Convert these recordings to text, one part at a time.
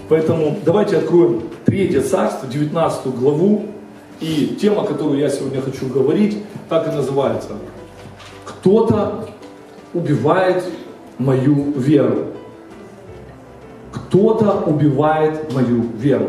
Поэтому давайте откроем 3 царство, 19 главу. И тема, которую я сегодня хочу говорить, так и называется. Кто-то убивает мою веру. Кто-то убивает мою веру.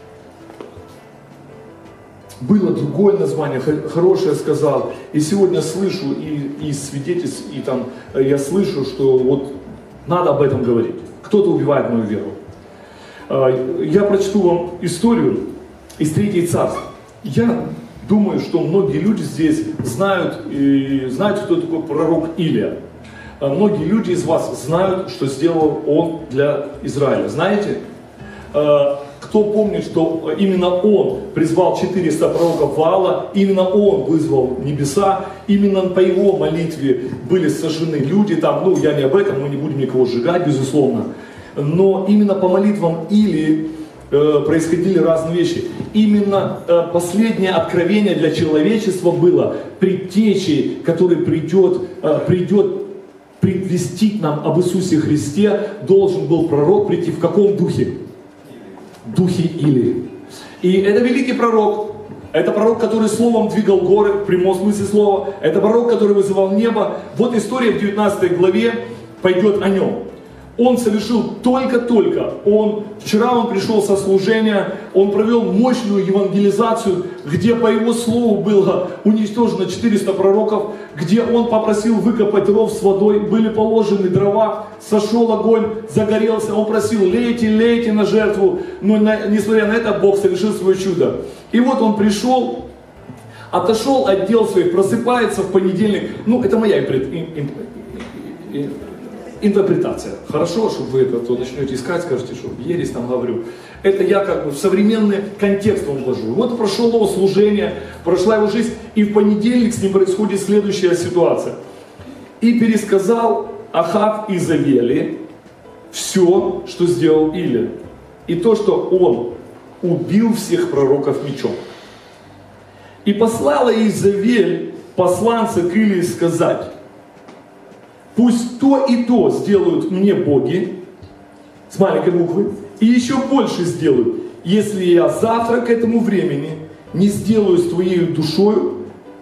Было другое название, хорошее сказал. И сегодня слышу и свидетельств, и там я слышу, что вот надо об этом говорить. Кто-то убивает мою веру. Я прочту вам историю из 3 царства. Я думаю, что многие люди здесь знают, кто такой пророк Илия. Многие люди из вас знают, что сделал он для Израиля. Знаете? Кто помнит, что именно он призвал 400 пророков Ваала, именно он вызвал небеса, именно по его молитве были сожжены люди, там, я не об этом, мы не будем никого сжигать, безусловно, но именно по молитвам Илии происходили разные вещи. Именно последнее откровение для человечества было предтечей, который придет предвестить нам об Иисусе Христе, должен был пророк прийти в каком духе? Духе Илии. И это великий пророк. Это пророк, который словом двигал горы, в прямом смысле слова. Это пророк, который вызывал небо. Вот история в 19 главе пойдет о нем. Он совершил только-только. Вчера он пришел со служения, он провел мощную евангелизацию, где по его слову было уничтожено 400 пророков, где он попросил выкопать ров с водой, были положены дрова, сошел огонь, загорелся, он просил: лейте на жертву, но несмотря на это Бог совершил свое чудо. И вот он пришел, отошел от дел своих, просыпается в понедельник, это моя интерпретация. Хорошо, чтобы вы это начнете искать, скажете, что ересь там говорю. Это я в современный контекст вам вложу. Вот прошло его служение, прошла его жизнь, и в понедельник с ним происходит следующая ситуация. И пересказал Ахав Изавели все, что сделал Илия. И то, что он убил всех пророков мечом. И послала Изавель посланца к Илии сказать: пусть то и то сделают мне боги, с маленькой буквы, и еще больше сделают, если я завтра к этому времени не сделаю с твоей душою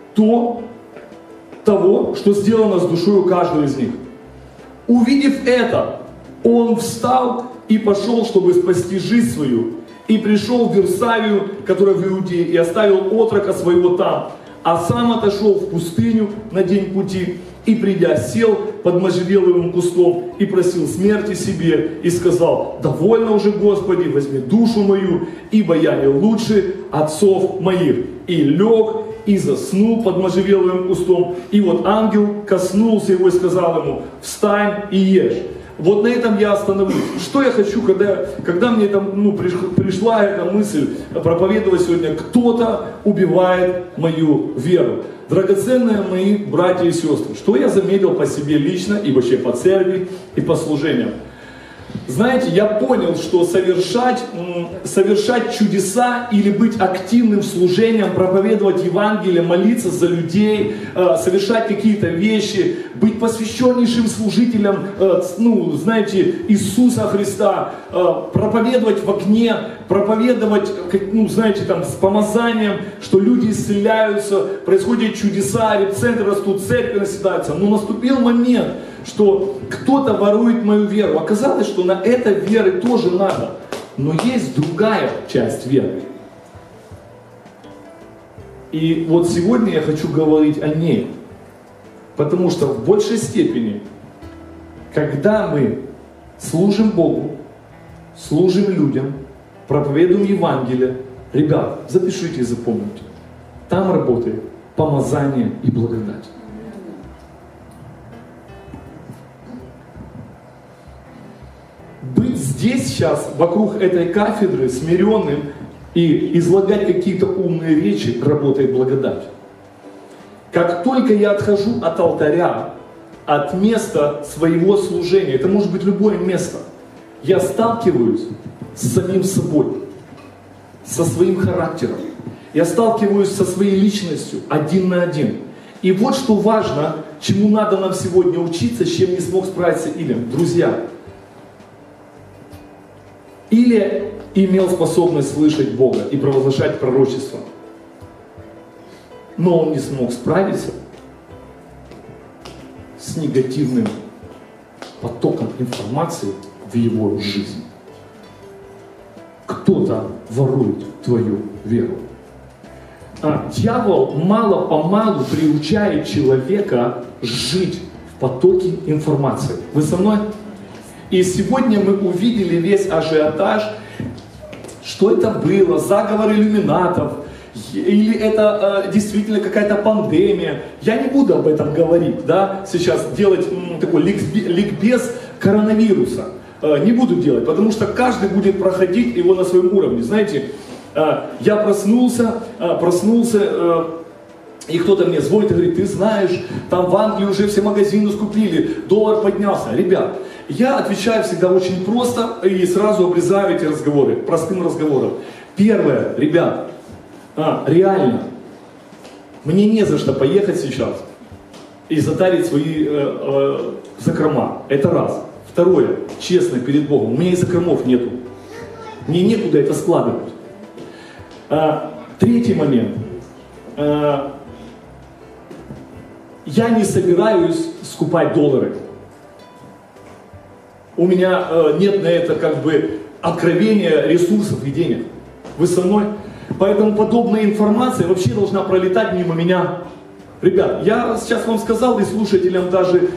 того, что сделано с душою каждого из них. Увидев это, он встал и пошел, чтобы спасти жизнь свою, и пришел в Версавию, которая в Иудее, и оставил отрока своего там, а сам отошел в пустыню на день пути, и, придя, сел под можжевеловым кустом и просил смерти себе, и сказал: довольно уже, Господи, возьми душу мою, ибо я не лучше отцов моих. И лег, и заснул под можжевеловым кустом. И вот ангел коснулся его и сказал ему: встань и ешь. Вот на этом я остановлюсь. Что я хочу, когда мне там, пришла эта мысль проповедовать сегодня: кто-то убивает мою веру. Драгоценные мои братья и сестры, что я заметил по себе лично и вообще по церкви и по служениям. Знаете, я понял, что совершать чудеса или быть активным в служении, проповедовать Евангелие, молиться за людей, совершать какие-то вещи, быть посвященнейшим служителем, Иисуса Христа, проповедовать в огне, проповедовать, с помазанием, что люди исцеляются, происходят чудеса, репцентры растут, церкви наседаются. Но наступил момент, что кто-то ворует мою веру. Оказалось, что на это веры тоже надо. Но есть другая часть веры. И вот сегодня я хочу говорить о ней. Потому что в большей степени, когда мы служим Богу, служим людям, проповедуем Евангелие, ребят, запишите и запомните. Там работает помазание и благодать. Быть здесь сейчас, вокруг этой кафедры, смиренным и излагать какие-то умные речи, работает благодать. Как только я отхожу от алтаря, от места своего служения, это может быть любое место, я сталкиваюсь с самим собой, со своим характером. Я сталкиваюсь со своей личностью один на один. И вот что важно, чему надо нам сегодня учиться, с чем не смог справиться Илия. Друзья, или имел способность слышать Бога и провозглашать пророчество, но он не смог справиться с негативным потоком информации в его жизни. Кто-то ворует твою веру. Дьявол мало-помалу приучает человека жить в потоке информации. Вы со мной? И сегодня мы увидели весь ажиотаж, что это было, заговор иллюминатов, или это действительно какая-то пандемия. Я не буду об этом говорить, да, сейчас делать такой ликбез коронавируса. Не буду делать, потому что каждый будет проходить его на своем уровне. Знаете, я проснулся, и кто-то мне звонит и говорит: ты знаешь, там в Англии уже все магазины скупили, доллар поднялся. Ребят, я отвечаю всегда очень просто и сразу обрезаю эти разговоры, простым разговором. Первое, ребят, реально, мне не за что поехать сейчас и затарить свои закрома. Это раз. Второе, честно перед Богом, у меня и закромов нету. Мне некуда это складывать. Третий момент. Я не собираюсь скупать доллары. У меня нет на это как бы откровения ресурсов и денег. Вы со мной? Поэтому подобная информация вообще должна пролетать мимо меня. Ребят, я сейчас вам сказал, и слушателям даже,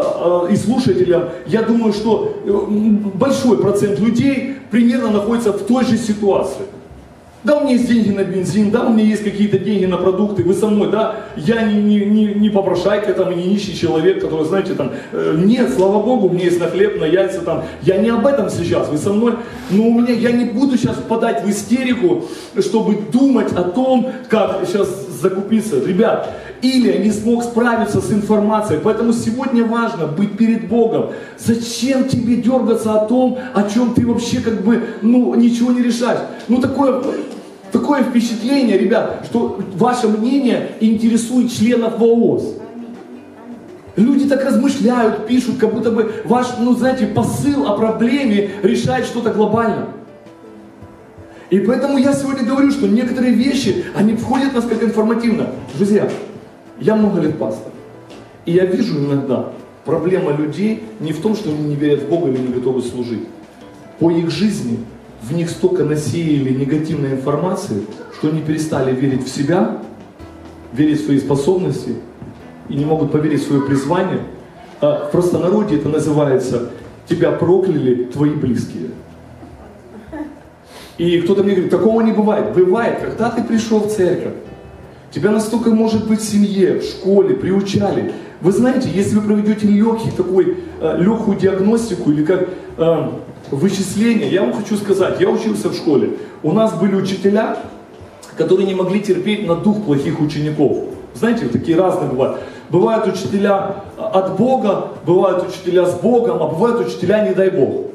я думаю, что большой процент людей примерно находится в той же ситуации. Да, у меня есть деньги на бензин, да, у меня есть какие-то деньги на продукты, вы со мной, да, я не попрошайка там, и не нищий человек, который, знаете, там, нет, слава Богу, у меня есть на хлеб, на яйца, там, я не об этом сейчас, вы со мной, но я не буду сейчас впадать в истерику, чтобы думать о том, как сейчас закупиться, ребят. Или я не смог справиться с информацией. Поэтому сегодня важно быть перед Богом. Зачем тебе дергаться о том, о чем ты вообще как бы, ничего не решаешь? Такое впечатление, ребят, что ваше мнение интересует членов ВООЗ. Люди так размышляют, пишут, как будто бы ваш, посыл о проблеме решает что-то глобальное. И поэтому я сегодня говорю, что некоторые вещи, они входят в нас как информативно. Друзья, я много лет пастор. И я вижу иногда, проблема людей не в том, что они не верят в Бога или не готовы служить. По их жизни в них столько насеяли негативной информации, что они перестали верить в себя, верить в свои способности и не могут поверить в свое призвание. В простонародье это называется «тебя прокляли твои близкие». И кто-то мне говорит: такого не бывает. Бывает, когда ты пришел в церковь. Тебя настолько, может быть, в семье, в школе приучали. Вы знаете, если вы проведете легкую диагностику или как вычисление, я вам хочу сказать, я учился в школе. У нас были учителя, которые не могли терпеть на дух плохих учеников. Знаете, такие разные бывают. Бывают учителя от Бога, бывают учителя с Богом, а бывают учителя не дай Бог.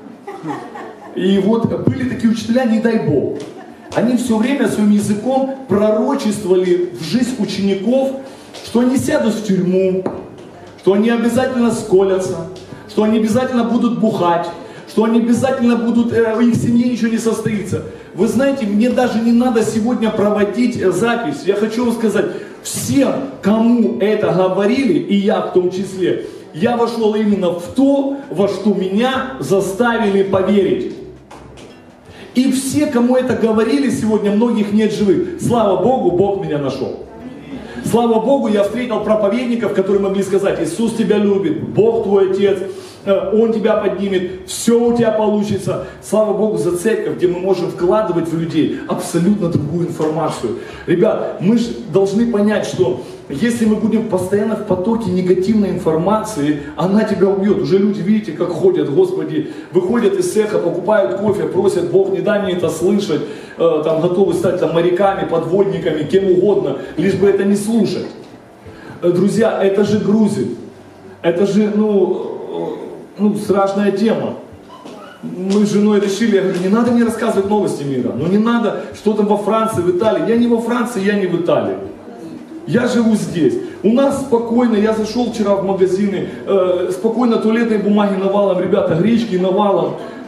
И вот были такие учителя не дай Бог. Они все время своим языком пророчествовали в жизнь учеников, что они сядут в тюрьму, что они обязательно сколятся, что они обязательно будут бухать, что они обязательно будут, в их семье ничего не состоится. Вы знаете, мне даже не надо сегодня проводить запись. Я хочу вам сказать, всем, кому это говорили, и я в том числе, я вошел именно в то, во что меня заставили поверить. И все, кому это говорили сегодня, многих нет живых. Слава Богу, Бог меня нашел. Слава Богу, я встретил проповедников, которые могли сказать: Иисус тебя любит, Бог твой Отец, Он тебя поднимет, все у тебя получится. Слава Богу за церковь, где мы можем вкладывать в людей абсолютно другую информацию. Ребят, мы же должны понять, что если мы будем постоянно в потоке негативной информации, она тебя убьет. Уже люди, видите, как ходят, Господи, выходят из цеха, покупают кофе, просят: Бог, не дай мне это слышать, там готовы стать там моряками, подводниками, кем угодно, лишь бы это не слушать. Друзья, это же грузит. Это же, страшная тема. Мы с женой решили, я говорю: не надо мне рассказывать новости мира. Не надо, что там во Франции, в Италии. Я не во Франции, я не в Италии. Я живу здесь. У нас спокойно, я зашел вчера в магазины, спокойно туалетной бумаги навалом, ребята, гречки навалом.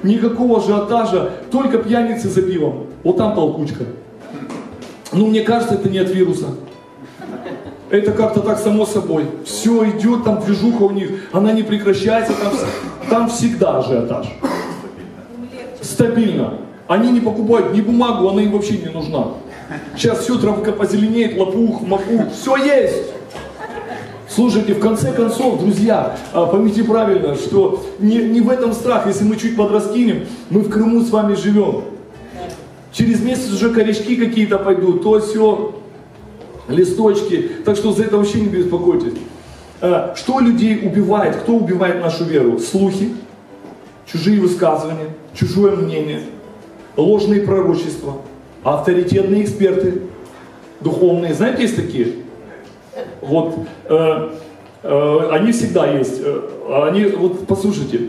никакого ажиотажа, только пьяницы за пивом. Вот там толкучка. Ну, мне кажется, это не от вируса. Это как-то так само собой. Все идет, там движуха у них, она не прекращается, там всегда ажиотаж. Стабильно. Они не покупают ни бумагу, она им вообще не нужна. Сейчас все травка позеленеет, лопух, мапух, все есть. Слушайте, в конце концов, друзья, поймите правильно, что не в этом страх, если мы чуть подраскинем, мы в Крыму с вами живем. Через месяц уже корешки какие-то пойдут, то все, листочки, так что за это вообще не беспокойтесь. Что людей убивает, кто убивает нашу веру? Слухи, чужие высказывания, чужое мнение, ложные пророчества, авторитетные эксперты, духовные, знаете, есть такие? Вот, они всегда есть. Они, вот послушайте,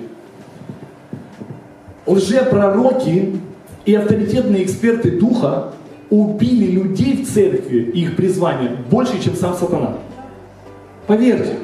лжепророки и авторитетные эксперты духа убили людей в церкви и их призвание больше, чем сам сатана. Поверьте.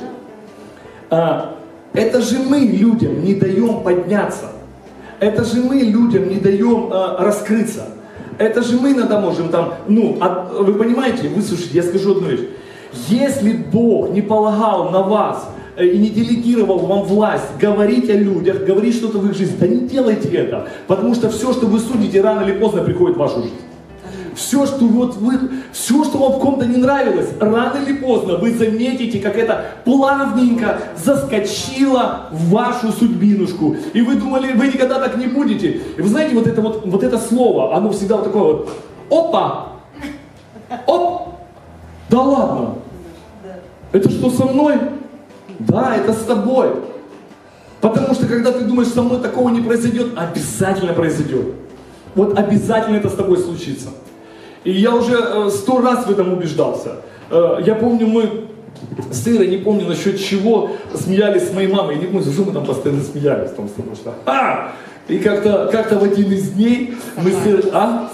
Это же мы людям не даем подняться. Это же мы людям не даем раскрыться. Это же мы иногда можем там, вы понимаете, выслушайте, я скажу одну вещь. Если Бог не полагал на вас и не делегировал вам власть говорить о людях, говорить что-то в их жизни, да не делайте это. Потому что все, что вы судите, рано или поздно приходит в вашу жизнь. Все, что вам в ком-то не нравилось, рано или поздно вы заметите, как это плавненько заскочило в вашу судьбинушку. И вы думали, вы никогда так не будете. И вы знаете, вот это слово, оно всегда вот такое вот, опа, оп, да ладно, это что, со мной? Да, это с тобой. Потому что когда ты думаешь, со мной такого не произойдет, обязательно произойдет. Вот обязательно это с тобой случится. И я уже 100 раз в этом убеждался. Я помню, мы с Ирой, не помню насчет чего, смеялись с моей мамой. Я не помню, за что мы там постоянно смеялись. Потому что, И как-то в один из дней мы с Ирой...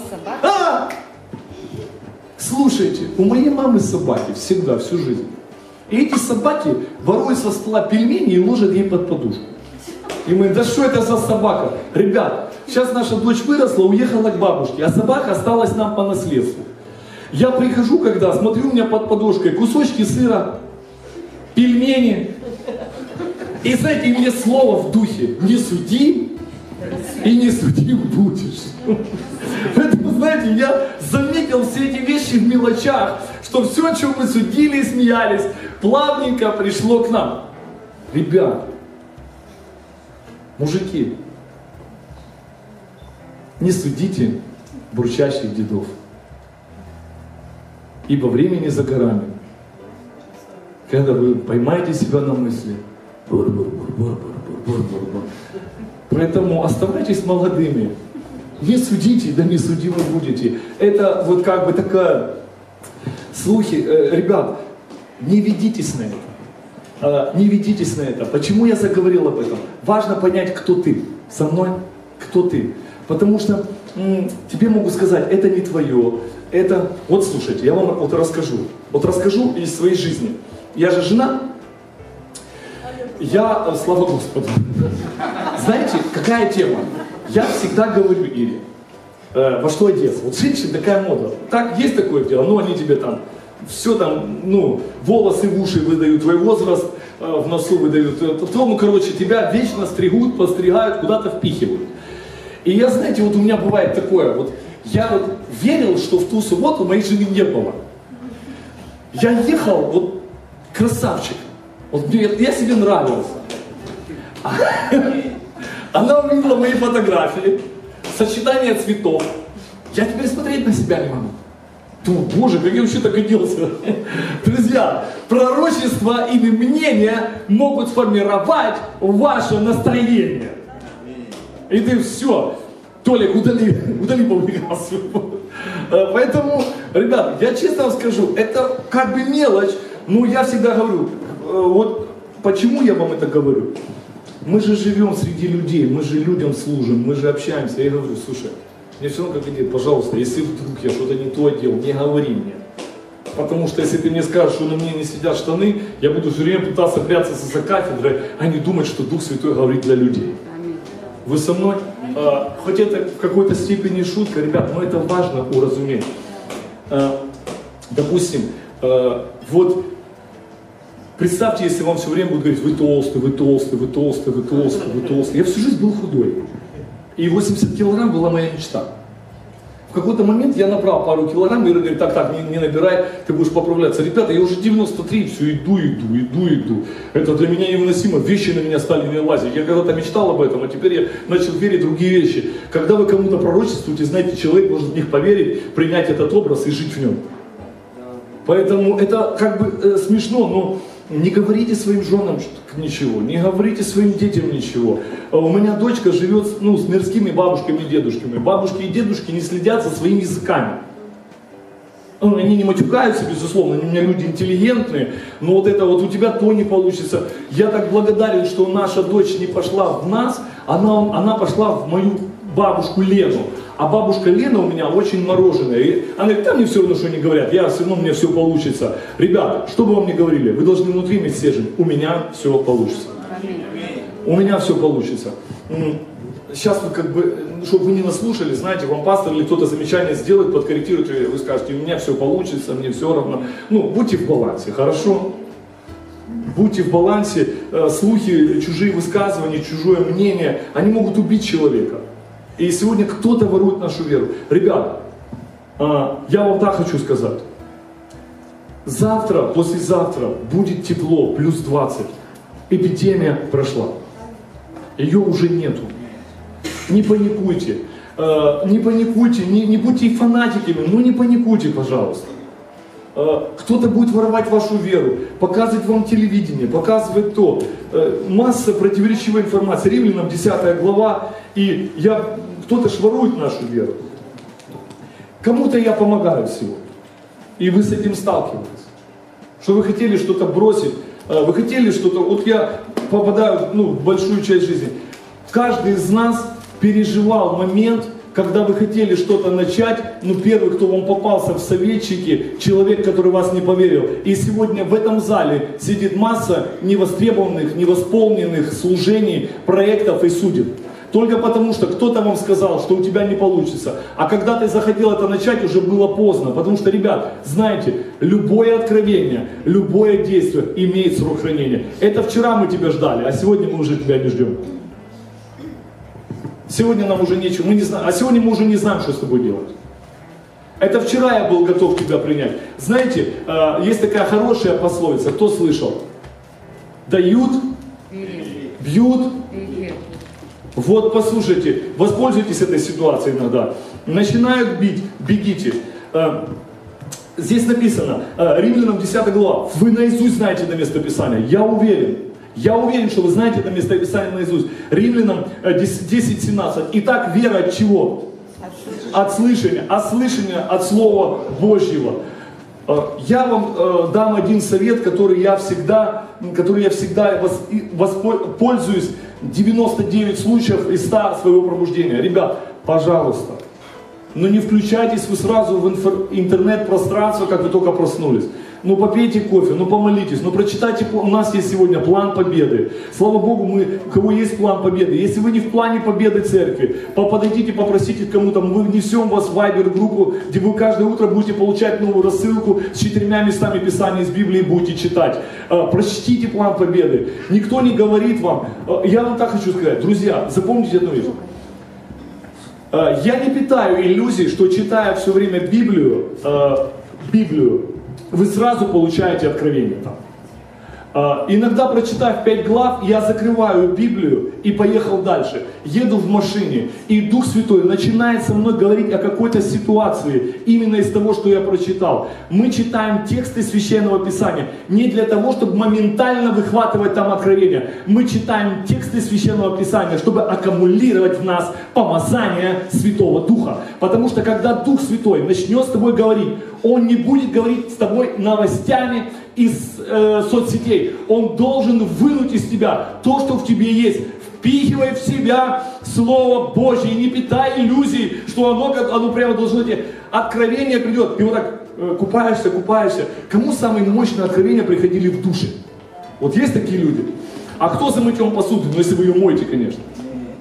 Слушайте, у моей мамы собаки всегда, всю жизнь. И эти собаки воруют со стола пельмени и ложат ей под подушку. И мы, да что это за собака? Ребят, сейчас наша дочь выросла, уехала к бабушке, а собака осталась нам по наследству. Я прихожу, когда смотрю, у меня под подушкой кусочки сыра, пельмени. И знаете, мне слово в духе: не суди и не судим будешь. Поэтому, знаете, я заметил все эти вещи в мелочах, что все, о чем мы судили и смеялись, плавненько пришло к нам. Ребят, мужики, не судите бурчащих дедов, ибо время не за горами. Когда вы поймаете себя на мысли, поэтому оставайтесь молодыми, не судите, да не судимы будете. Это вот как бы такая слухи. Ребят, не ведитесь на это. Не ведитесь на это. Почему я заговорил об этом? Важно понять, кто ты. Со мной, кто ты. Потому что тебе могут сказать, это не твое. Это, вот слушайте, я вам вот расскажу. Вот расскажу из своей жизни. Я же жена. Я, слава Господу. Знаете, какая тема? Я всегда говорю Ире, во что одеться. Вот женщин такая мода. Так, есть такое дело, они тебе там все там, волосы в уши выдают, твой возраст в носу выдают. Тебя вечно стригут, постригают, куда-то впихивают. И я, знаете, вот у меня бывает такое, я верил, что в ту субботу моей жены не было. Я ехал, красавчик, я себе нравился. Она увидела мои фотографии, сочетание цветов. Я теперь смотреть на себя не могу. Думаю, боже, как я вообще так оделся. Друзья, пророчество или мнение могут сформировать ваше настроение. И ты все, Толик, удали публикацию. Поэтому, ребят, я честно вам скажу, это как бы мелочь, но я всегда говорю, почему я вам это говорю? Мы же живем среди людей, мы же людям служим, мы же общаемся. Я говорю, слушай, мне все равно как идет, пожалуйста, если вдруг я что-то не то делал, не говори мне. Потому что если ты мне скажешь, что на мне не сидят штаны, я буду все время пытаться прятаться за кафедрой, а не думать, что Дух Святой говорит для людей. Вы со мной? хоть это в какой-то степени шутка, ребят, но это важно уразуметь. Допустим, вот представьте, если вам все время будут говорить, вы толстый, вы толстый, вы толстый, вы толстый, вы толстый. Я всю жизнь был худой. И 80 килограмм была моя мечта. В какой-то момент я набрал пару килограмм, и Ира говорит, так, не набирай, ты будешь поправляться. Ребята, я уже 93, все, иду. Это для меня невыносимо, вещи на меня стали не лазить. Я когда-то мечтал об этом, а теперь я начал верить в другие вещи. Когда вы кому-то пророчествуете, знаете, человек должен в них поверить, принять этот образ и жить в нем. Поэтому это как бы смешно, но не говорите своим женам ничего, не говорите своим детям ничего. У меня дочка живет с мирскими бабушками и дедушками. Бабушки и дедушки не следят за своими языками. Они не матюкаются, безусловно, они у меня люди интеллигентные, но вот это вот у тебя то не получится. Я так благодарен, что наша дочь не пошла в нас, она пошла в мою бабушку Лену. А бабушка Лена у меня очень мороженая. И она говорит, мне все равно, что они говорят, все равно у меня все получится. Ребята, что бы вам ни говорили, вы должны внутри иметь стержень. У меня все получится. У меня все получится. Сейчас вы как бы, чтобы вы не наслушали, знаете, вам пастор или кто-то замечание сделает, подкорректирует, и вы скажете, у меня все получится, мне все равно. Будьте в балансе, хорошо? Будьте в балансе. Слухи, чужие высказывания, чужое мнение, они могут убить человека. И сегодня кто-то ворует нашу веру. Ребята, я вам так хочу сказать. Завтра, послезавтра будет тепло, плюс 20. Эпидемия прошла. Ее уже нету. Не паникуйте. Не паникуйте, не будьте фанатиками, но не паникуйте, пожалуйста. Кто-то будет воровать вашу веру, показывать вам телевидение, показывать то. Масса противоречивой информации. Римлянам 10 глава, и кто-то ворует нашу веру. Кому-то я помогаю сегодня. И вы с этим сталкиваетесь. Что вы хотели что-то бросить, вы хотели что-то. Вот я попадаю в большую часть жизни. Каждый из нас переживал момент, когда вы хотели что-то начать, первый, кто вам попался в советчики, человек, который вас не поверил. И сегодня в этом зале сидит масса невостребованных, невосполненных служений, проектов и судеб. Только потому, что кто-то вам сказал, что у тебя не получится. А когда ты захотел это начать, уже было поздно. Потому что, ребят, знаете, любое откровение, любое действие имеет срок хранения. Это вчера мы тебя ждали, а сегодня мы уже тебя не ждем. Сегодня нам уже нечего, мы не знаем, а сегодня мы уже не знаем, что с тобой делать. Это вчера я был готов тебя принять. Знаете, есть такая хорошая пословица, кто слышал? Дают, бьют. Вот послушайте, воспользуйтесь этой ситуацией иногда. Начинают бить, бегите. Здесь написано, Римлянам 10 глава, вы наизусть знаете это местописание, я уверен. Я уверен, что вы знаете это местописание наизусть. Римлянам 10:17. Итак, вера от чего? От слышания. А слышание от Слова Божьего. Я вам дам один совет, который я всегда пользуюсь 99 случаев из 100 своего пробуждения. Ребят, пожалуйста, не включайтесь вы сразу в интернет-пространство, как вы только проснулись. Попейте кофе, помолитесь, прочитайте, у нас есть сегодня план победы. Слава Богу, у кого есть план победы. Если вы не в плане победы церкви, подойдите, попросите кому-то, мы внесем вас в Viber-группу, где вы каждое утро будете получать новую рассылку с 4 местами Писания из Библии, будете читать. Прочтите план победы. Никто не говорит вам. Я вам так хочу сказать, друзья, запомните одну вещь. Я не питаю иллюзий, что читая все время Библию, вы сразу получаете откровение там. Иногда, прочитав 5 глав, я закрываю Библию и поехал дальше. Еду в машине, и Дух Святой начинает со мной говорить о какой-то ситуации, именно из того, что я прочитал. Мы читаем тексты Священного Писания не для того, чтобы моментально выхватывать там откровения. Мы читаем тексты Священного Писания, чтобы аккумулировать в нас помазание Святого Духа. Потому что когда Дух Святой начнет с тобой говорить, Он не будет говорить с тобой новостями из соцсетей. Он должен вынуть из тебя то, что в тебе есть. Впихивай в себя Слово Божье. И не питай иллюзий, что оно прямо должно тебе. Откровение придет. И вот так купаешься. Кому самые мощные откровения приходили в душе? Вот есть такие люди. А кто за мытьем посуды? Если вы ее моете, конечно.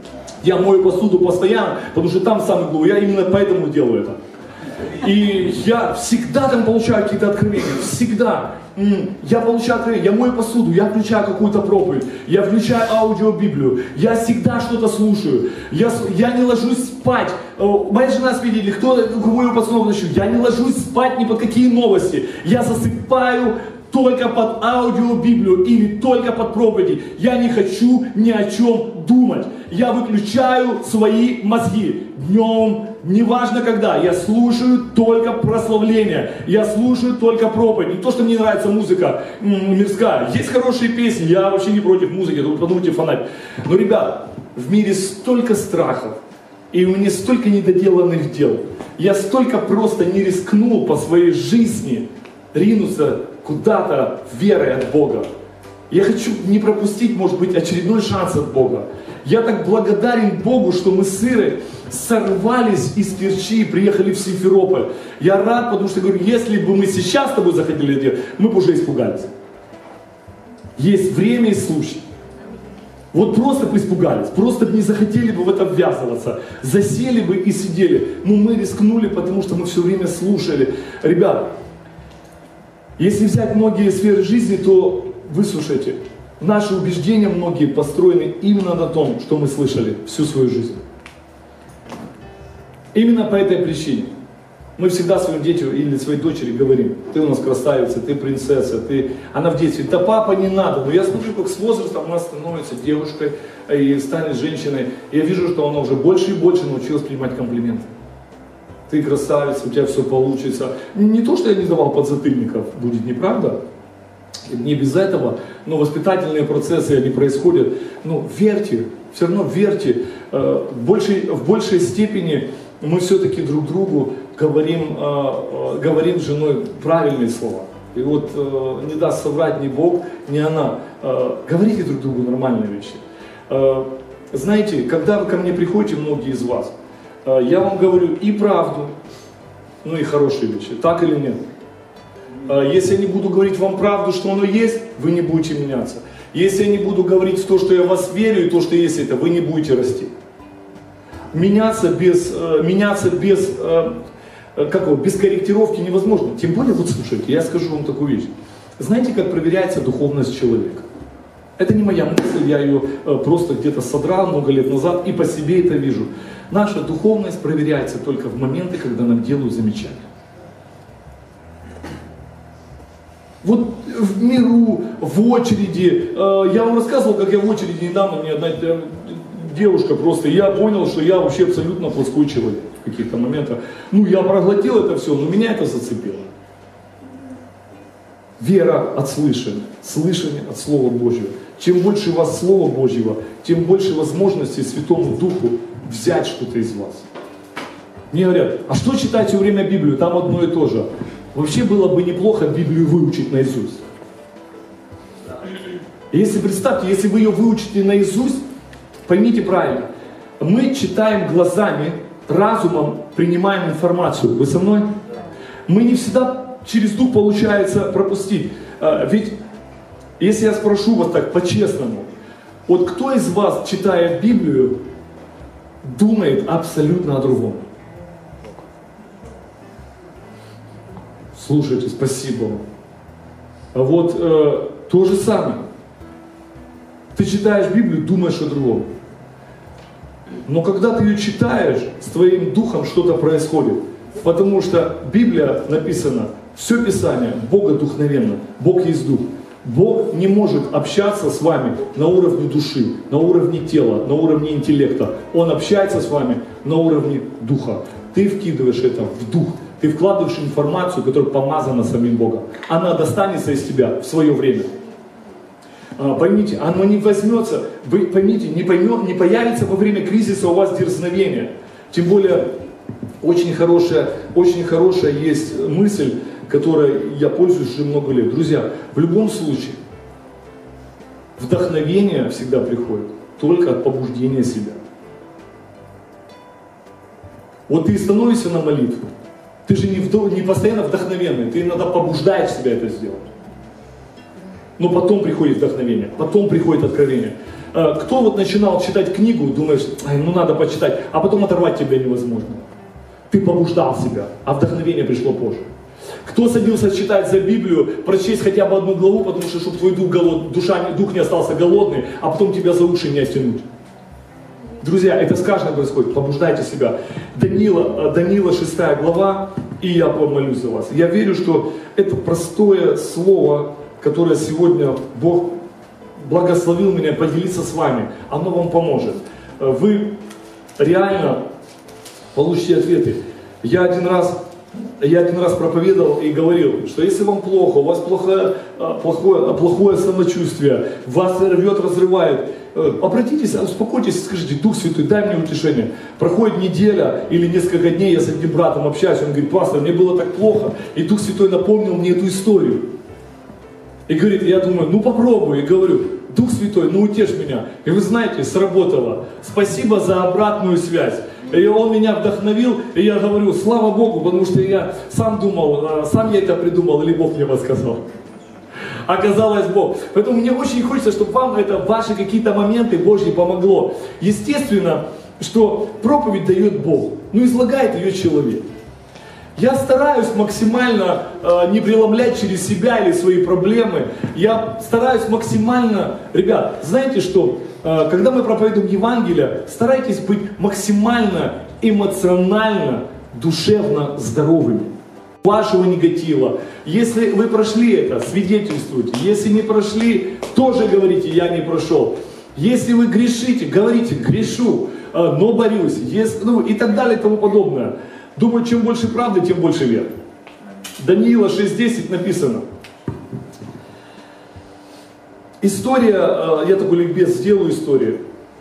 Я мою посуду постоянно, потому что там самый глубокий. Я именно поэтому делаю это. И я всегда там получаю какие-то откровения. Всегда. Я получаю откровения. Я мою посуду, я включаю какую-то проповедь. Я включаю аудиобиблию. Я всегда что-то слушаю. Я не ложусь спать. Моя жена свидетель, кто мою посуду ночью. Я не ложусь спать ни под какие новости. Я засыпаю только под аудиобиблию или только под проповеди. Я не хочу ни о чем думать. Я выключаю свои мозги. Днем, неважно когда, я слушаю только прославление. Я слушаю только проповедь. Не то, что мне нравится музыка мирская. Есть хорошие песни, я вообще не против музыки, вы подумайте, фанат. Но, ребят, в мире столько страхов. И у меня столько недоделанных дел. Я столько просто не рискнул по своей жизни ринуться куда-то верой от Бога. Я хочу не пропустить, может быть, очередной шанс от Бога. Я так благодарен Богу, что мы с Ирой сорвались из Керчи и приехали в Симферополь. Я рад, потому что говорю, если бы мы сейчас с тобой захотели делать, мы бы уже испугались. Есть время и случай. Вот просто бы испугались, просто бы не захотели бы в это ввязываться, засели бы и сидели. Но мы рискнули, потому что мы все время слушали. Ребят, если взять многие сферы жизни, то выслушайте. Наши убеждения многие построены именно на том, что мы слышали всю свою жизнь. Именно по этой причине. Мы всегда своим детям или своей дочери говорим: ты у нас красавица, ты принцесса, Она в детстве: да папа, не надо. Но я смотрю, как с возрастом она становится девушкой и станет женщиной. И я вижу, что она уже больше и больше научилась принимать комплименты. Ты красавица, у тебя все получится. Не то, что я не давал подзатыльников, будет неправда. Не без этого, но воспитательные процессы, они происходят. Но верьте, все равно верьте. В большей степени мы все-таки друг другу говорим с женой правильные слова. И вот не даст соврать ни Бог, ни она. Говорите друг другу нормальные вещи. Знаете, когда вы ко мне приходите, многие из вас, я вам говорю и правду, ну и хорошие вещи, так или нет. Если я не буду говорить вам правду, что оно есть, вы не будете меняться. Если я не буду говорить в то, что я в вас верю, и то, что есть это, вы не будете расти. Меняться без корректировки невозможно. Тем более, вот слушайте, я скажу вам такую вещь. Знаете, как проверяется духовность человека? Это не моя мысль, я ее просто где-то содрал много лет назад и по себе это вижу. Наша духовность проверяется только в моменты, когда нам делают замечания. Вот в миру, в очереди, я вам рассказывал, как я в очереди недавно, мне одна девушка просто, я понял, что я вообще абсолютно плоской человек в каких-то моментах. Ну, я проглотил это все, но меня это зацепило. Вера от слышания, слышание от Слова Божьего. Чем больше у вас Слова Божьего, тем больше возможностей Святому Духу взять что-то из вас. Мне говорят: а что читать все время Библию? Там одно и то же. Вообще было бы неплохо Библию выучить наизусть. Если представьте, если вы ее выучите наизусть, поймите правильно, мы читаем глазами, разумом принимаем информацию. Вы со мной? Мы не всегда через дух получается пропустить. Ведь если я спрошу вас так по-честному, вот кто из вас, читая Библию, думает абсолютно о другом? Слушайте, спасибо вам. А вот то же самое. Ты читаешь Библию, думаешь о другом. Но когда ты ее читаешь, с твоим духом что-то происходит. Потому что Библия написана, все Писание Богодухновенно. Бог есть Дух. Бог не может общаться с вами на уровне души, на уровне тела, на уровне интеллекта. Он общается с вами на уровне духа. Ты вкидываешь это в дух. Ты вкладываешь информацию, которая помазана самим Богом. Она достанется из тебя в свое время. Поймите, оно не возьмется, вы поймите, не появится во время кризиса у вас дерзновение. Тем более, очень хорошая есть мысль, которой я пользуюсь уже много лет. Друзья, в любом случае, вдохновение всегда приходит только от побуждения себя. Вот ты становишься на молитву, ты же не постоянно вдохновенный, ты иногда побуждаешь себя это сделать. Но потом приходит вдохновение, потом приходит откровение. Кто вот начинал читать книгу, думаешь, ну надо почитать, а потом оторвать тебя невозможно. Ты побуждал себя, а вдохновение пришло позже. Кто садился читать за Библию, прочесть хотя бы одну главу, потому что, чтобы твой дух не остался голодный, а потом тебя за уши не оттянуть. Друзья, это с каждым происходит, побуждайте себя. Даниила 6 глава, и я помолюсь за вас. Я верю, что это простое слово, которое сегодня Бог благословил меня поделиться с вами, оно вам поможет. Вы реально получите ответы. Я один раз проповедовал и говорил, что если вам плохо, у вас плохое самочувствие, вас рвет, разрывает, обратитесь, успокойтесь, скажите: Дух Святой, дай мне утешение. Проходит неделя или несколько дней, я с одним братом общаюсь, он говорит: пастор, мне было так плохо, и Дух Святой напомнил мне эту историю. И говорит, я думаю, ну попробуй, и говорю: Дух Святой, ну утешь меня. И вы знаете, сработало. Спасибо за обратную связь. И он меня вдохновил, и я говорю: слава Богу, потому что я сам думал, сам я это придумал, или Бог мне подсказал. Оказалось Бог. Поэтому мне очень хочется, чтобы вам это, ваши какие-то моменты Божьи помогло. Естественно, что проповедь дает Бог, но излагает ее человек. Я стараюсь максимально не преломлять через себя или свои проблемы. Я стараюсь максимально, ребят, знаете что, когда мы проповедуем Евангелие, старайтесь быть максимально эмоционально, душевно здоровыми. Вашего негатива. Если вы прошли это, свидетельствуйте. Если не прошли, тоже говорите: я не прошел. Если вы грешите, говорите: грешу, но борюсь. И так далее и тому подобное. Думаю, чем больше правды, тем больше веры. Даниила 6:10 написано. История, я такой ликбез сделаю историю.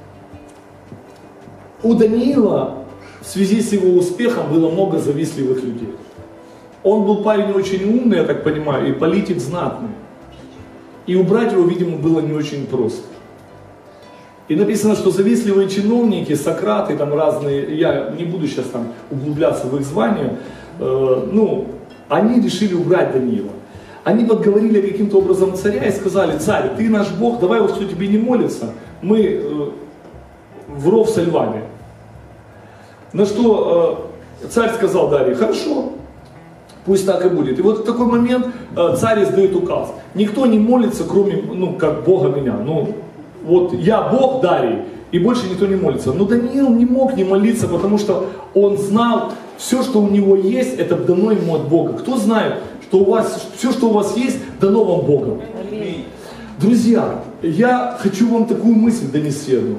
У Даниила в связи с его успехом было много завистливых людей. Он был парень очень умный, я так понимаю, и политик знатный. И убрать его, видимо, было не очень просто. И написано, что завистливые чиновники, Сократы, там разные, я не буду сейчас там углубляться в их звания, они решили убрать Даниила. Они подговорили каким-то образом царя и сказали: царь, ты наш Бог, давай вот кто тебе не молится, мы в ров со львами. На что царь сказал Дарий: хорошо, пусть так и будет. И вот в такой момент царь издает указ: никто не молится, кроме, как Бога меня. Вот я Бог, Дарий, и больше никто не молится. Но Даниил не мог не молиться, потому что он знал, все, что у него есть, это дано ему от Бога. Кто знает, что все, что у вас есть, дано вам Богом. Друзья, я хочу вам такую мысль донести одну.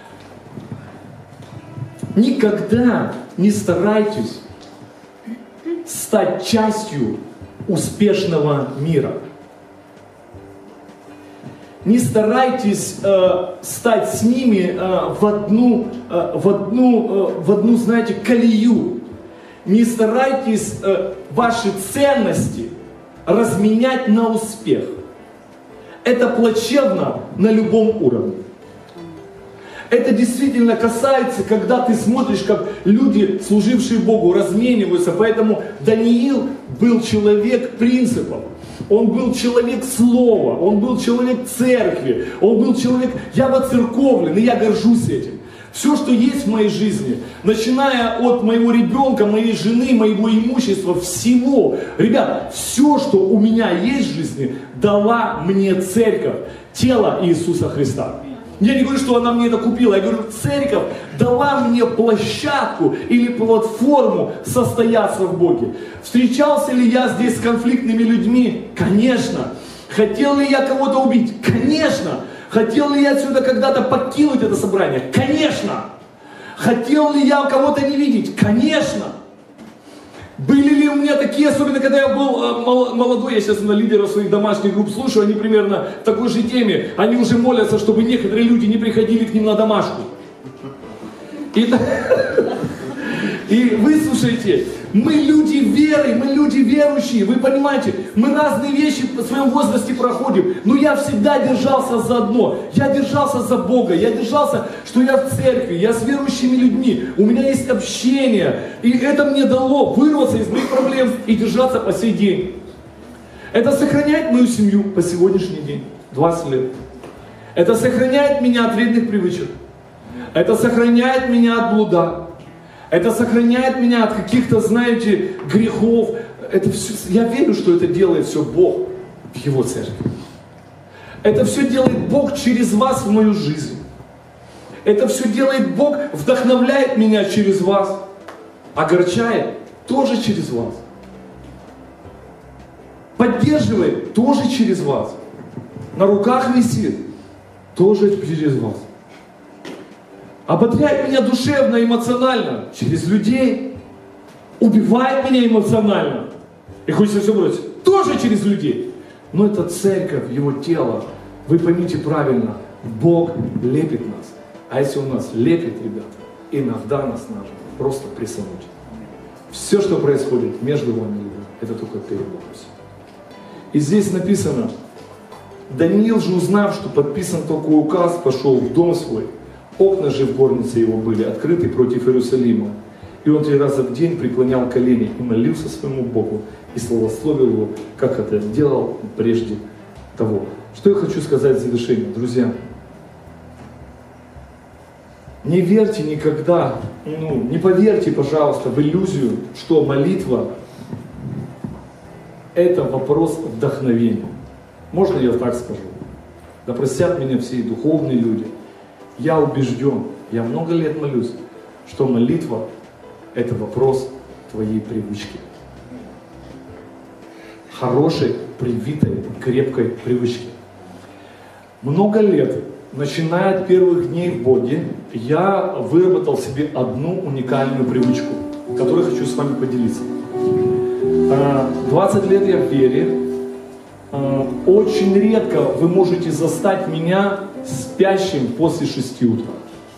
Никогда не старайтесь стать частью успешного мира. Не старайтесь стать с ними в одну, знаете, колею. Не старайтесь ваши ценности разменять на успех. Это плачевно на любом уровне. Это действительно касается, когда ты смотришь, как люди, служившие Богу, размениваются. Поэтому Даниил был человек принципов. Он был человек слова, он был человек церкви, он был человек, я воцерковлен, и я горжусь этим. Все, что есть в моей жизни, начиная от моего ребенка, моей жены, моего имущества, всего. Ребят, все, что у меня есть в жизни, дала мне церковь, тело Иисуса Христа. Я не говорю, что она мне это купила, я говорю, церковь дала мне площадку или платформу состояться в Боге. Встречался ли я здесь с конфликтными людьми? Конечно. Хотел ли я кого-то убить? Конечно. Хотел ли я отсюда когда-то покинуть это собрание? Конечно. Хотел ли я кого-то не видеть? Конечно. Были ли у меня такие, особенно когда я был молодой, я сейчас на лидеров своих домашних групп слушаю, они примерно в такой же теме, они уже молятся, чтобы некоторые люди не приходили к ним на домашку. И выслушайте, мы люди веры, мы люди верующие, вы понимаете, мы разные вещи в своем возрасте проходим, но я всегда держался за одно, я держался за Бога, я держался, что я в церкви, я с верующими людьми, у меня есть общение, и это мне дало вырваться из моих проблем и держаться по сей день. Это сохраняет мою семью по сегодняшний день, 20 лет. Это сохраняет меня от вредных привычек. Это сохраняет меня от блуда. Это сохраняет меня от каких-то, знаете, грехов. Это все, я верю, что это делает все Бог в Его церкви. Это все делает Бог через вас в мою жизнь. Это все делает Бог, вдохновляет меня через вас. Огорчает тоже через вас. Поддерживает тоже через вас. На руках висит тоже через вас. Ободряет меня душевно, эмоционально через людей. Убивает меня эмоционально. И хочется все бросить. Тоже через людей. Но это церковь, Его тело. Вы поймите правильно. Бог лепит нас. А если Он нас лепит, ребята, иногда нас надо просто присунуть. Все, что происходит между вами, ребята, это только переборность. И здесь написано, Даниил же, узнав, что подписан такой указ, пошел в дом свой. Окна же в горнице его были открыты против Иерусалима. И он 3 раза в день преклонял колени и молился своему Богу, и славословил его, как это делал прежде того. Что я хочу сказать в завершение, друзья? Не верьте никогда, не поверьте, пожалуйста, в иллюзию, что молитва – это вопрос вдохновения. Можно я так скажу? Да простят меня все духовные люди. Я убежден, я много лет молюсь, что молитва – это вопрос твоей привычки. Хорошей, привитой, крепкой привычки. Много лет, начиная от первых дней в Боге, я выработал в себе одну уникальную привычку, которой хочу с вами поделиться. 20 лет я в вере. Очень редко вы можете застать меня спящим после 6 утра.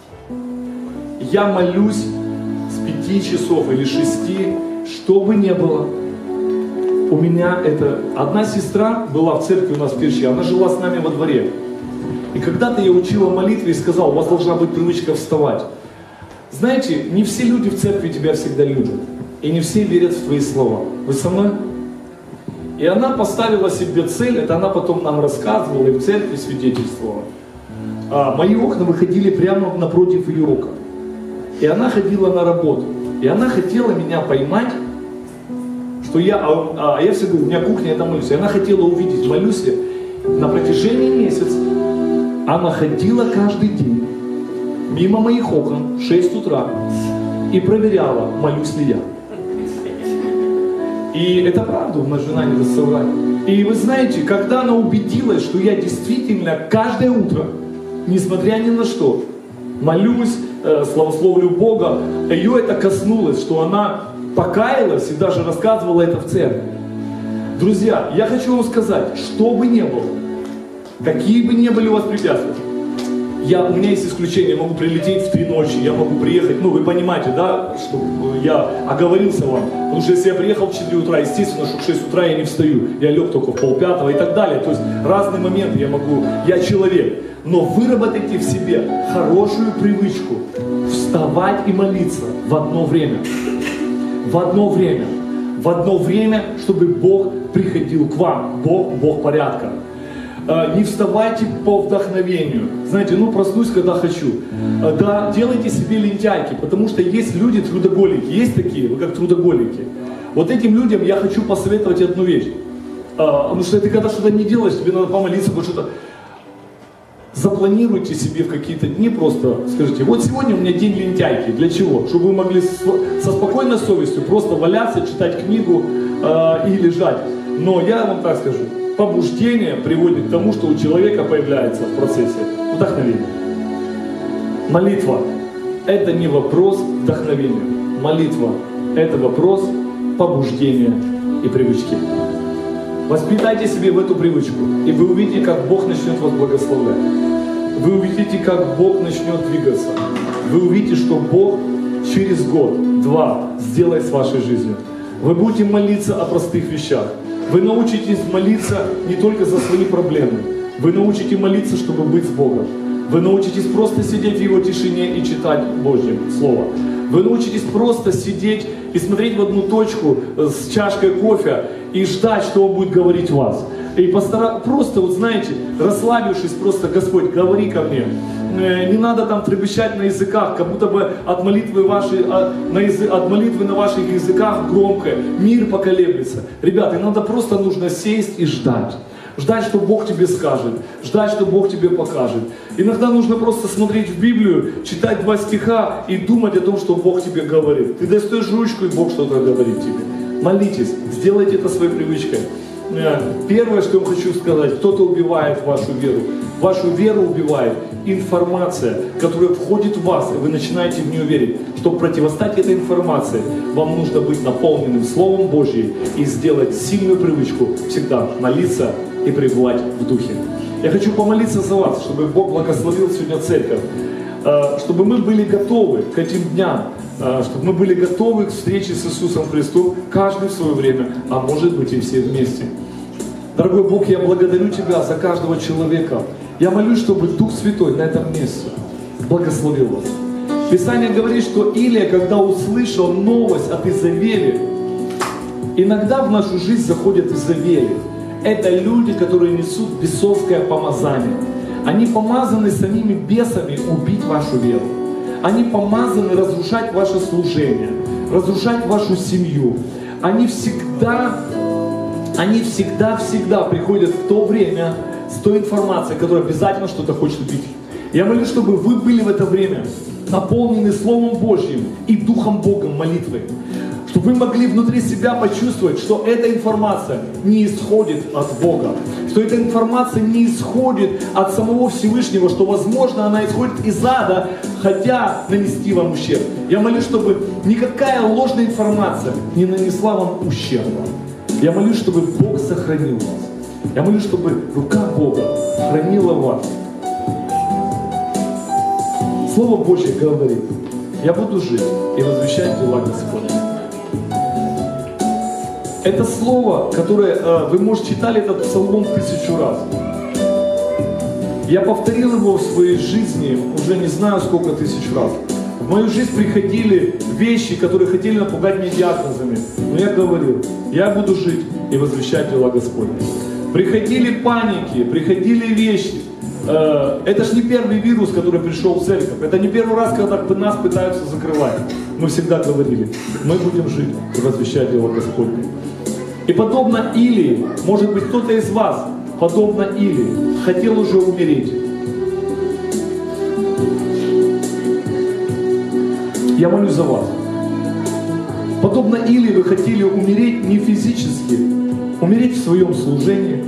Я молюсь с 5 часов или 6, что бы ни было. У меня это... Одна сестра была в церкви у нас в Перчи, она жила с нами во дворе. И когда-то я учила молитве и сказал, у вас должна быть привычка вставать. Знаете, не все люди в церкви тебя всегда любят. И не все верят в твои слова. Вы со мной? И она поставила себе цель, это она потом нам рассказывала и в церкви свидетельствовала. Мои окна выходили прямо напротив ее окон. И она ходила на работу. И она хотела меня поймать, что я всегда говорю, у меня кухня, я там молюсь. И она хотела увидеть, молюсь ли. На протяжении месяца она ходила каждый день мимо моих окон в 6 утра и проверяла, молюсь ли я. И это правда, моя жена не даст соврать. И вы знаете, когда она убедилась, что я действительно каждое утро, несмотря ни на что, молюсь, славословлю Бога, ее это коснулось, что она покаялась и даже рассказывала это в церкви. Друзья, я хочу вам сказать, что бы ни было, какие бы ни были у вас препятствия, у меня есть исключение, я могу прилететь в 3 ночи, я могу приехать, вы понимаете, да, что я оговорился вам, потому что если я приехал в 4 утра, естественно, что в 6 утра я не встаю, я лег только в 4:30 и так далее, то есть разные моменты я человек, но выработайте в себе хорошую привычку вставать и молиться в одно время, чтобы Бог приходил к вам, Бог порядка. Не вставайте по вдохновению. Знаете, проснусь, когда хочу. Да, делайте себе лентяйки, потому что есть люди трудоголики. Есть такие, вы как трудоголики. Вот этим людям я хочу посоветовать одну вещь. Потому что ты когда что-то не делаешь, тебе надо помолиться, что-то. Запланируйте себе в какие-то дни просто, скажите, вот сегодня у меня день лентяйки. Для чего? Чтобы вы могли со спокойной совестью просто валяться, читать книгу и лежать. Но я вам так скажу. Побуждение приводит к тому, что у человека появляется в процессе вдохновение. Молитва – это не вопрос вдохновения. Молитва – это вопрос побуждения и привычки. Воспитайте себе в эту привычку, и вы увидите, как Бог начнет вас благословлять. Вы увидите, как Бог начнет двигаться. Вы увидите, что Бог через год-два сделает с вашей жизнью. Вы будете молиться о простых вещах. Вы научитесь молиться не только за свои проблемы. Вы научитесь молиться, чтобы быть с Богом. Вы научитесь просто сидеть в Его тишине и читать Божье Слово. Вы научитесь просто сидеть и смотреть в одну точку с чашкой кофе и ждать, что Он будет говорить вас. И просто, вот знаете, расслабившись, просто, Господь, говори ко мне. Не надо там трепещать на языках, как будто бы от молитвы на ваших языках громко мир поколеблется. Ребята, иногда просто нужно сесть и ждать. Ждать, что Бог тебе скажет, ждать, что Бог тебе покажет. Иногда нужно просто смотреть в Библию, читать 2 стиха и думать о том, что Бог тебе говорит. Ты достаешь ручку, и Бог что-то говорит тебе. Молитесь, сделайте это своей привычкой. Первое, что я хочу сказать, кто-то убивает вашу веру. Вашу веру убивает информация, которая входит в вас, и вы начинаете в нее верить. Чтобы противостать этой информации, вам нужно быть наполненным Словом Божьим и сделать сильную привычку всегда молиться и пребывать в Духе. Я хочу помолиться за вас, чтобы Бог благословил сегодня церковь, чтобы мы были готовы к этим дням, чтобы мы были готовы к встрече с Иисусом Христом, каждый в свое время, а может быть и все вместе. Дорогой Бог, я благодарю Тебя за каждого человека. Я молюсь, чтобы Дух Святой на этом месте благословил вас. Писание говорит, что Илия, когда услышал новость от Изавели, иногда в нашу жизнь заходят Изавели. Это люди, которые несут бесовское помазание. Они помазаны самими бесами убить вашу веру. Они помазаны разрушать ваше служение, разрушать вашу семью. Они всегда приходят в то время с той информацией, которая обязательно что-то хочет убить. Я молюсь, чтобы вы были в это время наполнены Словом Божьим и Духом Богом молитвой. Чтобы вы могли внутри себя почувствовать, что эта информация не исходит от Бога. Что эта информация не исходит от самого Всевышнего, что, возможно, она исходит из ада, хотя нанести вам ущерб. Я молюсь, чтобы никакая ложная информация не нанесла вам ущерба. Я молюсь, чтобы Бог сохранил вас. Я молюсь, чтобы рука Бога хранила вас. Слово Божье говорит: я буду жить и возвещать дела Господни. Это слово, которое вы, может, читали этот псалом 1000 раз. Я повторил его в своей жизни уже не знаю сколько тысяч раз. В мою жизнь приходили вещи, которые хотели напугать меня диагнозами. Но я говорил: я буду жить и возвещать дела Господни. Приходили паники, приходили вещи. Это ж не первый вирус, который пришел в церковь. Это не первый раз, когда нас пытаются закрывать. Мы всегда говорили: мы будем жить и возвещать дела Господни. И подобно Илии, может быть, кто-то из вас, подобно Илии, хотел уже умереть. Я молюсь за вас. Подобно Илии вы хотели умереть не физически, умереть в своем служении,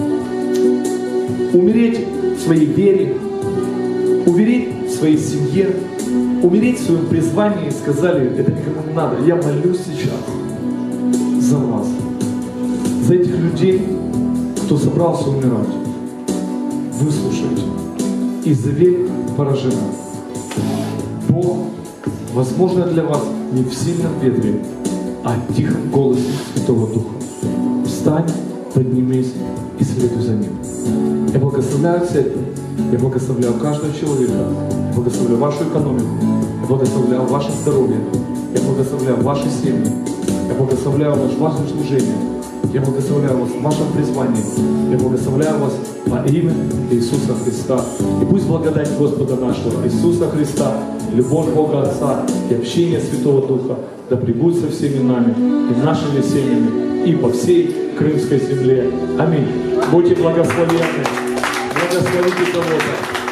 умереть в своей вере, умереть в своей семье, умереть в своем призвании, и сказали: это никому не надо. Я молюсь сейчас за вас, за этих людей, кто собрался умирать. Выслушайте. Изавель поражена. Бог, возможно, для вас не в сильном ветре, а в тихом голосе Святого Духа. Встань, поднимись и следуй за Ним. Я благословляю церковь, я благословляю каждого человека, я благословляю вашу экономику, я благословляю ваше здоровье, я благословляю ваши семьи, я благословляю вас в вашем служении, я благословляю вас в вашем призвании, я благословляю вас во имя Иисуса Христа. И пусть благодать Господа нашего Иисуса Христа, любовь Бога Отца и общение Святого Духа да пребудет со всеми нами и нашими семьями и по всей Крымской земле. Аминь. Будьте благословенны. Благословите кого-то.